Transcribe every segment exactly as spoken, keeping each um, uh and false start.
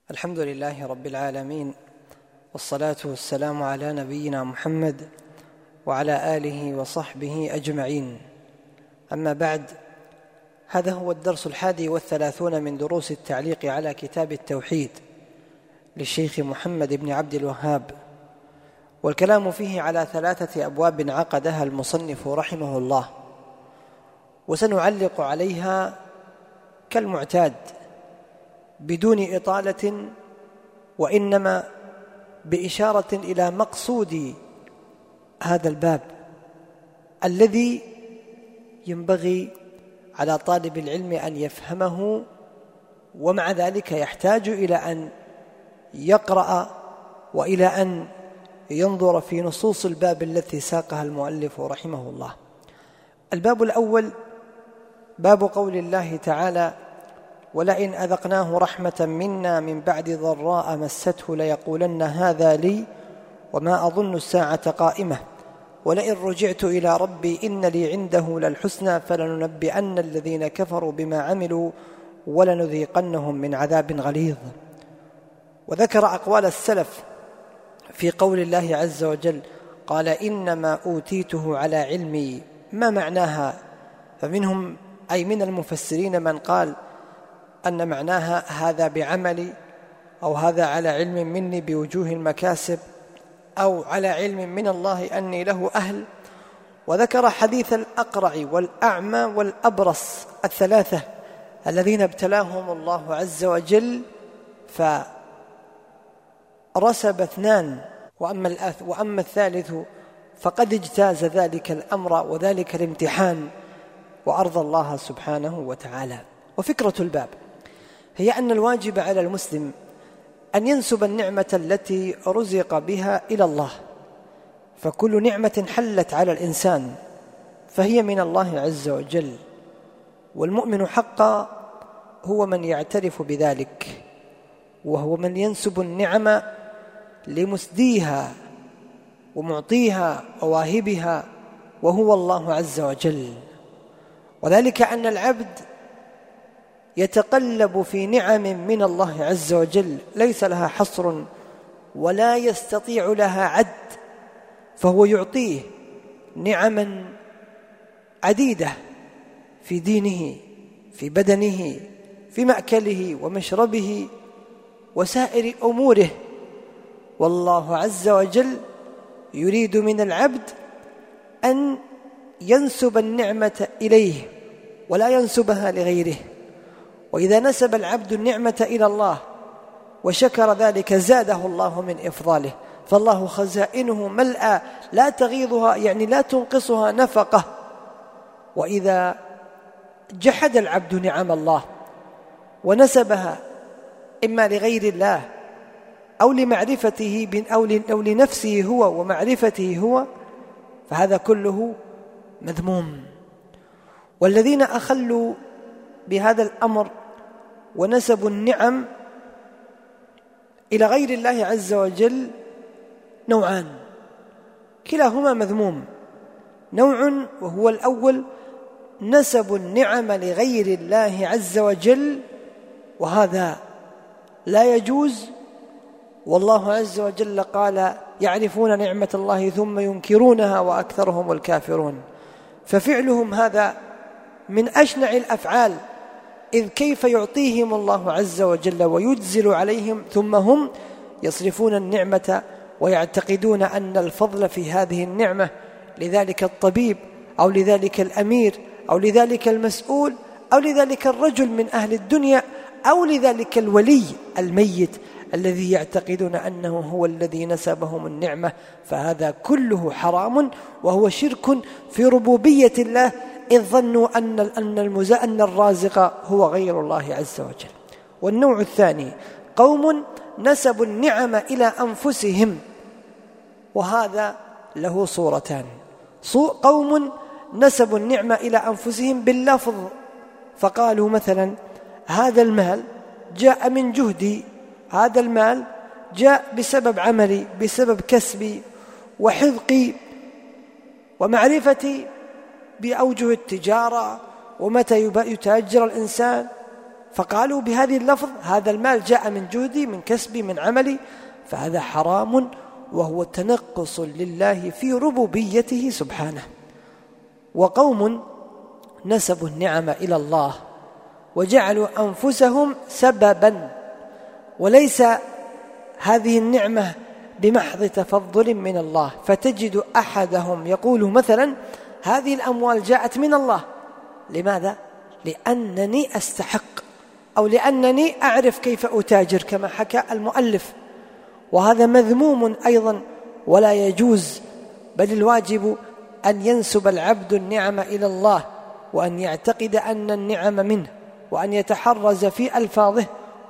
الحمد لله رب العالمين، والصلاة والسلام على نبينا محمد وعلى آله وصحبه أجمعين. أما بعد، هذا هو الدرس الحادي والثلاثون من دروس التعليق على كتاب التوحيد للشيخ محمد بن عبد الوهاب، والكلام فيه على ثلاثة أبواب عقدها المصنف رحمه الله، وسنعلق عليها كالمعتاد بدون إطالة، وإنما بإشارة إلى مقصود هذا الباب الذي ينبغي على طالب العلم أن يفهمه، ومع ذلك يحتاج إلى أن يقرأ وإلى أن ينظر في نصوص الباب التي ساقها المؤلف رحمه الله. الباب الأول باب قول الله تعالى: ولئن أذقناه رحمة منا من بعد ضراء مسته ليقولن هذا لي وما أظن الساعة قائمة ولئن رجعت إلى ربي إن لي عنده للحسنى فلننبئن الذين كفروا بما عملوا ولنذيقنهم من عذاب غليظ. وذكر أقوال السلف في قول الله عز وجل: قال إنما أوتيته على علمي. ما معناها؟ فمنهم أي من المفسرين من قال أن معناها هذا بعملي، أو هذا على علم مني بوجوه المكاسب، أو على علم من الله أني له أهل. وذكر حديث الأقرع والأعمى والأبرص الثلاثة الذين ابتلاهم الله عز وجل فرسب اثنان، وأما, وأما الثالث فقد اجتاز ذلك الأمر وذلك الامتحان وأرضى الله سبحانه وتعالى. وفكرة الباب هي أن الواجب على المسلم أن ينسب النعمة التي رزق بها إلى الله، فكل نعمة حلت على الإنسان فهي من الله عز وجل، والمؤمن حقا هو من يعترف بذلك، وهو من ينسب النعم لمسديها ومعطيها وواهبها، وهو الله عز وجل. وذلك أن العبد يتقلب في نعم من الله عز وجل ليس لها حصر ولا يستطيع لها عد، فهو يعطيه نعما عديدة في دينه، في بدنه، في مأكله ومشربه وسائر أموره. والله عز وجل يريد من العبد أن ينسب النعمة إليه ولا ينسبها لغيره. وإذا نسب العبد النعمة إلى الله وشكر ذلك زاده الله من إفضاله، فالله خزائنه ملأى لا تغيضها، يعني لا تنقصها نفقة. وإذا جحد العبد نعم الله ونسبها إما لغير الله أو لمعرفته أو لنفسه هو ومعرفته هو، فهذا كله مذموم. والذين أخلوا بهذا الأمر ونسبوا النعم إلى غير الله عز وجل نوعان، كلاهما مذموم. نوع وهو الأول نسب النعم لغير الله عز وجل، وهذا لا يجوز، والله عز وجل قال: يعرفون نعمة الله ثم ينكرونها وأكثرهم الكافرون. ففعلهم هذا من أشنع الأفعال، إذ كيف يعطيهم الله عز وجل ويجزل عليهم ثم هم يصرفون النعمة ويعتقدون أن الفضل في هذه النعمة لذلك الطبيب أو لذلك الأمير أو لذلك المسؤول أو لذلك الرجل من أهل الدنيا أو لذلك الولي الميت الذي يعتقدون أنه هو الذي نسبهم النعمة. فهذا كله حرام وهو شرك في ربوبية الله، إذ ظنوا أن أن الرازق هو غير الله عز وجل. والنوع الثاني قوم نسبوا النعم إلى أنفسهم، وهذا له صورتان: قوم نسبوا النعمة إلى أنفسهم باللفظ، فقالوا مثلا: هذا المال جاء من جهدي، هذا المال جاء بسبب عملي، بسبب كسبي وحذقي ومعرفتي بأوجه التجارة ومتى يتاجر الإنسان فقالوا بهذه اللفظ هذا المال جاء من جهدي من كسبي من عملي، فهذا حرام وهو تنقص لله في ربوبيته سبحانه. وقوم نسبوا النعم إلى الله وجعلوا أنفسهم سببا، وليس هذه النعمة بمحض تفضل من الله، فتجد أحدهم يقول مثلا هذه الأموال جاءت من الله، لماذا؟ لأنني أستحق، أو لأنني أعرف كيف أتاجر كما حكى المؤلف، وهذا مذموم أيضا ولا يجوز، بل الواجب أن ينسب العبد النعم إلى الله، وأن يعتقد أن النعم منه، وأن يتحرز في ألفاظه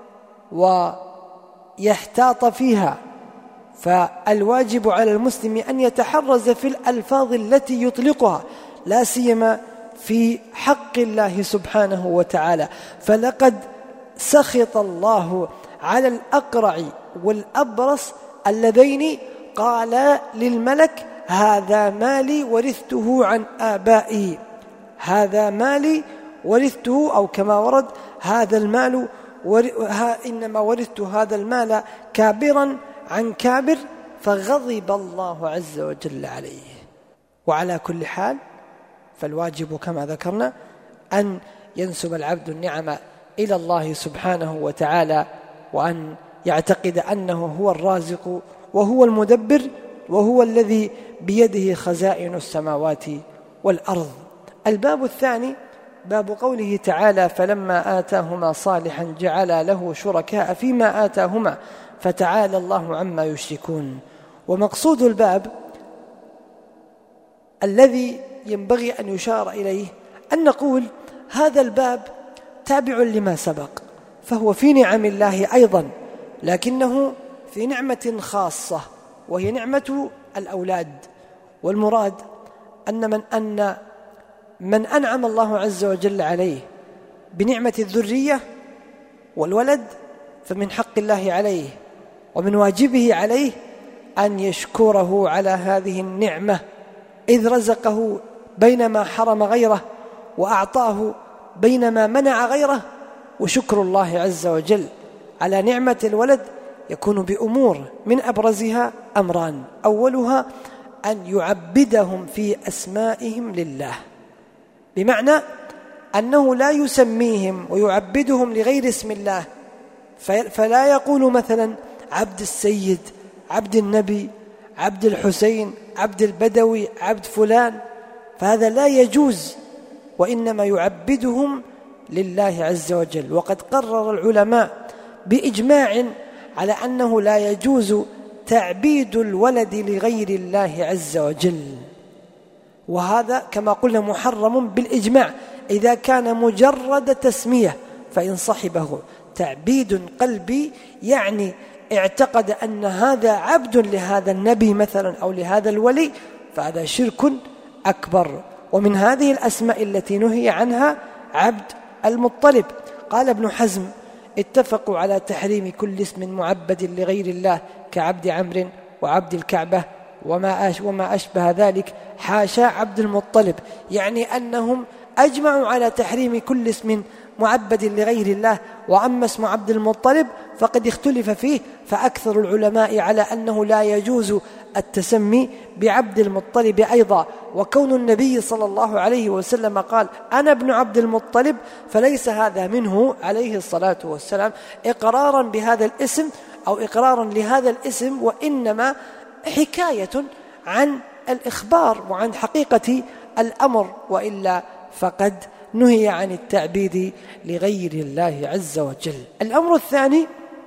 ويحتاط فيها. فالواجب على المسلم أن يتحرز في الألفاظ التي يطلقها، لا سيما في حق الله سبحانه وتعالى. فلقد سخط الله على الأقرع والأبرص اللذين قالا للملك هذا مالي ورثته عن آبائي، هذا مالي ورثته، أو كما ورد هذا المال ور... ها إنما ورثت هذا المال كابرا عن كابر، فغضب الله عز وجل عليه. وعلى كل حال فالواجب كما ذكرنا أن ينسب العبد النعم إلى الله سبحانه وتعالى، وأن يعتقد أنه هو الرازق وهو المدبر وهو الذي بيده خزائن السماوات والأرض. الباب الثاني باب قوله تعالى فلما آتاهما صالحا جعل له شركاء فيما آتاهما فتعالى الله عما يشركون. ومقصود الباب الذي ينبغي أن يشار إليه أن نقول هذا الباب تابع لما سبق، فهو في نعم الله أيضا، لكنه في نعمة خاصة وهي نعمة الأولاد. والمراد أن من أن من أنعم الله عز وجل عليه بنعمة الذرية والولد فمن حق الله عليه ومن واجبه عليه أن يشكره على هذه النعمة، إذ رزقه بينما حرم غيره وأعطاه بينما منع غيره. وشكر الله عز وجل على نعمة الولد يكون بأمور، من أبرزها أمران: أولها أن يعبدهم في أسمائهم لله، بمعنى أنه لا يسميهم ويعبدهم لغير اسم الله، فلا يقول مثلا عبد السيد، عبد النبي، عبد الحسين، عبد البدوي، عبد فلان، فهذا لا يجوز، وإنما يعبدهم لله عز وجل. وقد قرر العلماء بإجماع على أنه لا يجوز تعبيد الولد لغير الله عز وجل، وهذا كما قلنا محرم بالإجماع إذا كان مجرد تسمية. فإن صحبه تعبيد قلبي يعني اعتقد أن هذا عبد لهذا النبي مثلا أو لهذا الولي، فهذا شرك أكبر. ومن هذه الأسماء التي نهي عنها عبد المطلب. قال ابن حزم اتفقوا على تحريم كل اسم معبد لغير الله كعبد عمرو وعبد الكعبة وما وما أشبه ذلك، حاشا عبد المطلب، يعني أنهم أجمعوا على تحريم كل اسم معبد لغير الله. وأما اسم عبد المطلب فقد اختلف فيه، فأكثر العلماء على أنه لا يجوز التسمي بعبد المطلب أيضا. وكون النبي صلى الله عليه وسلم قال أنا ابن عبد المطلب فليس هذا منه عليه الصلاة والسلام إقرارا بهذا الاسم أو إقرارا لهذا الاسم، وإنما حكاية عن الإخبار وعن حقيقة الأمر، وإلا فقد نهي عن التعبيد لغير الله عز وجل. الأمر الثاني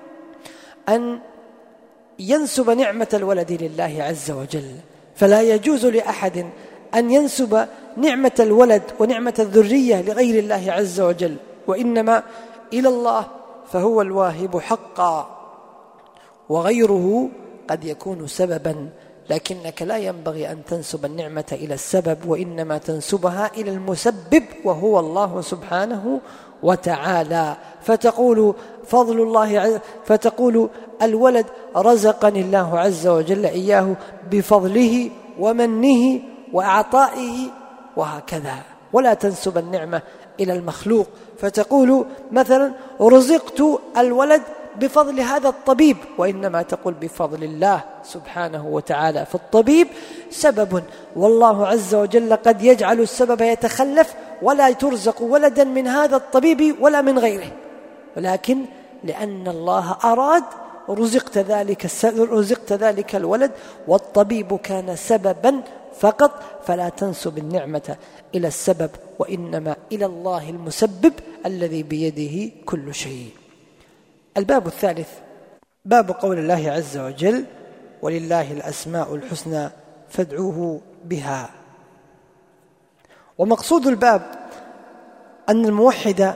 أن ينسب نعمة الولد لله عز وجل، فلا يجوز لأحد أن ينسب نعمة الولد ونعمة الذرية لغير الله عز وجل، وإنما إلى الله، فهو الواهب حقا، وغيره قد يكون سببا، لكنك لا ينبغي أن تنسب النعمة إلى السبب، وإنما تنسبها إلى المسبب وهو الله سبحانه وتعالى. فتقول فضل الله، فتقول الولد رزقني الله عز وجل إياه بفضله ومنه وأعطائه، وهكذا، ولا تنسب النعمة إلى المخلوق، فتقول مثلا رزقت الولد بفضل هذا الطبيب، وإنما تقول بفضل الله سبحانه وتعالى. فالطبيب سبب، والله عز وجل قد يجعل السبب يتخلف ولا ترزق ولدا من هذا الطبيب ولا من غيره، ولكن لأن الله أراد رزقت ذلك رزقت ذلك الولد، والطبيب كان سببا فقط. فلا تنسب النعمة إلى السبب، وإنما إلى الله المسبب الذي بيده كل شيء. الباب الثالث باب قول الله عز وجل: ولله الأسماء الحسنى فادعوه بها. ومقصود الباب أن الموحد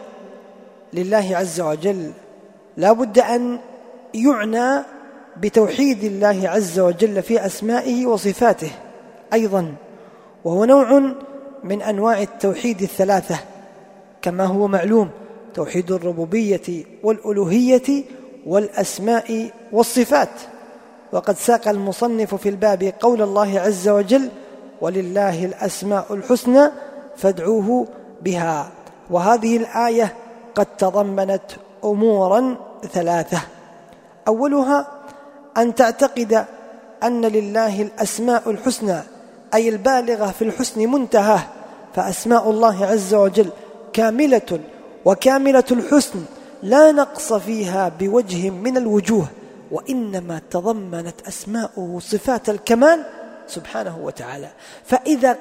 لله عز وجل لا بد أن يعنى بتوحيد الله عز وجل في أسمائه وصفاته أيضا، وهو نوع من أنواع التوحيد الثلاثة كما هو معلوم: توحيد الربوبية والألوهية والأسماء والصفات. وقد ساق المصنف في الباب قول الله عز وجل: ولله الأسماء الحسنى فادعوه بها. وهذه الآية قد تضمنت أمورا ثلاثة: أولها أن تعتقد أن لله الأسماء الحسنى، أي البالغة في الحسن منتهى، فأسماء الله عز وجل كاملة وكاملة الحسن لا نقص فيها بوجه من الوجوه، وإنما تضمنت أسماؤه صفات الكمال سبحانه وتعالى. فإذا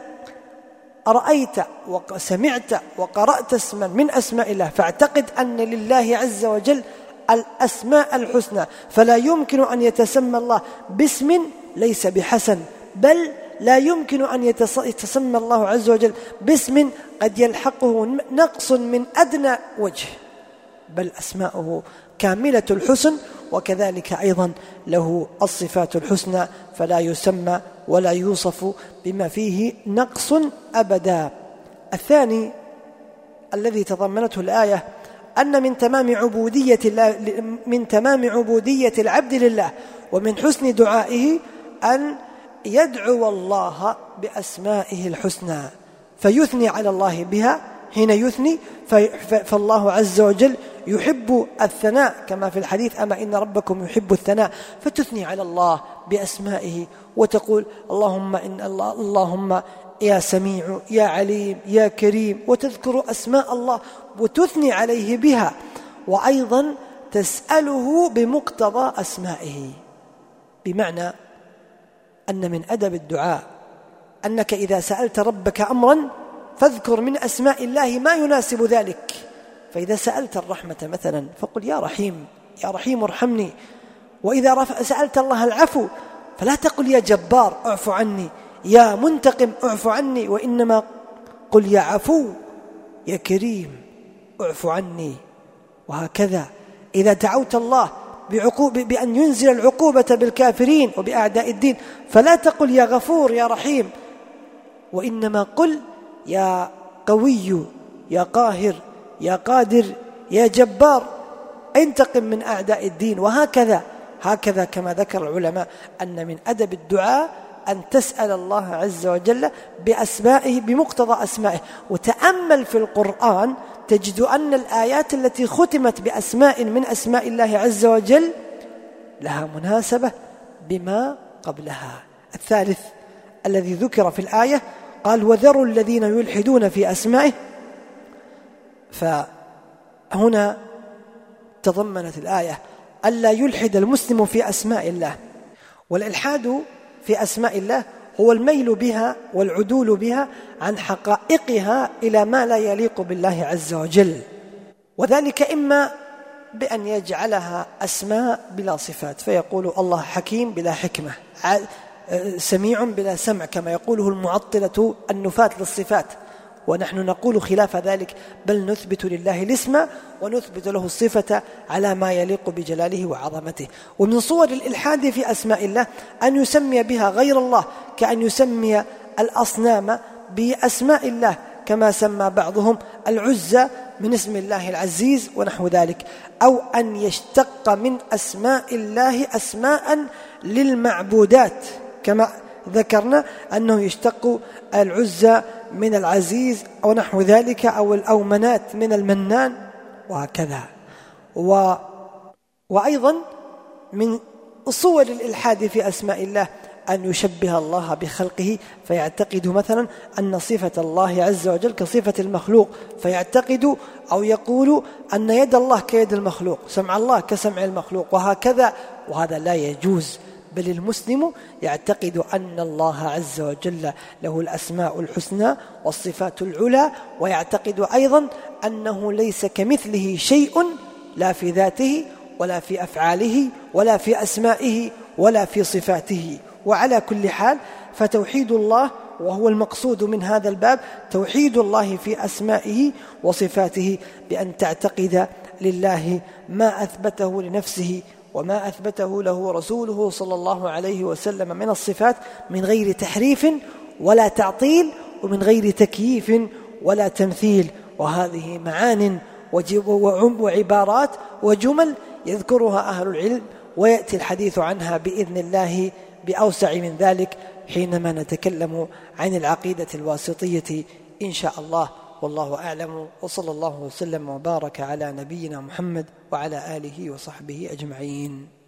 رأيت وسمعت وقرأت اسما من أسماء الله فاعتقد أن لله عز وجل الأسماء الحسنى، فلا يمكن أن يتسمى الله باسم ليس بحسن، بل لا يمكن أن يتسمى الله عز وجل باسم قد يلحقه نقص من أدنى وجه، بل أسماؤه كاملة الحسن، وكذلك أيضا له الصفات الحسنى، فلا يسمى ولا يوصف بما فيه نقص أبدا. الثاني الذي تضمنته الآية أن من تمام عبودية الله من تمام عبودية العبد لله ومن حسن دعائه أن يدعو الله بأسمائه الحسنى، فيثني على الله بها حين يثني، فالله عز وجل يحب الثناء كما في الحديث: أما إن ربكم يحب الثناء، فتثني على الله بأسمائه وتقول: اللهم إن الله اللهم يا سميع يا عليم يا كريم، وتذكر أسماء الله وتثني عليه بها، وأيضا تسأله بمقتضى أسمائه. بمعنى أن من أدب الدعاء أنك إذا سألت ربك أمرا فاذكر من أسماء الله ما يناسب ذلك. فإذا سألت الرحمة مثلا فقل: يا رحيم يا رحيم ارحمني. وإذا سألت الله العفو فلا تقل: يا جبار اعف عني، يا منتقم اعف عني، وإنما قل: يا عفو يا كريم اعف عني. وهكذا إذا دعوت الله بعقوب بأن ينزل العقوبة بالكافرين وبأعداء الدين فلا تقل: يا غفور يا رحيم، وإنما قل: يا قوي يا قاهر يا قادر يا جبار انتقم من أعداء الدين. وهكذا هكذا كما ذكر العلماء أن من أدب الدعاء أن تسأل الله عز وجل بأسمائه بمقتضى أسمائه. وتأمل في القرآن تجد أن الآيات التي ختمت بأسماء من أسماء الله عز وجل لها مناسبة بما قبلها. الثالث الذي ذكر في الآية قال: وذروا الذين يلحدون في أسمائه. فهنا تضمنت الآية ألا يلحد المسلم في أسماء الله. والإلحاد في أسماء الله هو الميل بها والعدول بها عن حقائقها إلى ما لا يليق بالله عز وجل، وذلك إما بأن يجعلها أسماء بلا صفات، فيقول الله حكيم بلا حكمة، سميع بلا سمع، كما يقوله المعطلة النفاة للصفات، ونحن نقول خلاف ذلك، بل نثبت لله الاسم ونثبت له الصفة على ما يليق بجلاله وعظمته. ومن صور الإلحاد في أسماء الله أن يسمي بها غير الله، كأن يسمي الأصنام بأسماء الله، كما سمى بعضهم العزى من اسم الله العزيز ونحو ذلك، أو أن يشتق من أسماء الله أسماء للمعبودات، كما ذكرنا أنه يشتق العزى من العزيز أو نحو ذلك، أو الأومنات من المنان وهكذا. و وأيضا من صور الإلحاد في أسماء الله أن يشبه الله بخلقه، فيعتقد مثلا أن صفة الله عز وجل كصفة المخلوق، فيعتقد أو يقول أن يد الله كيد المخلوق، سمع الله كسمع المخلوق وهكذا، وهذا لا يجوز. بل المسلم يعتقد أن الله عز وجل له الأسماء الحسنى والصفات العلى، ويعتقد أيضا أنه ليس كمثله شيء، لا في ذاته ولا في أفعاله ولا في أسمائه ولا في صفاته. وعلى كل حال فتوحيد الله، وهو المقصود من هذا الباب، توحيد الله في أسمائه وصفاته، بأن تعتقد لله ما أثبته لنفسه وما أثبته له رسوله صلى الله عليه وسلم من الصفات، من غير تحريف ولا تعطيل، ومن غير تكييف ولا تمثيل. وهذه معان وعبارات وجمل يذكرها أهل العلم، ويأتي الحديث عنها بإذن الله بأوسع من ذلك حينما نتكلم عن العقيدة الواسطية إن شاء الله. والله أعلم، وصلى الله وسلم وبارك على نبينا محمد وعلى آله وصحبه أجمعين.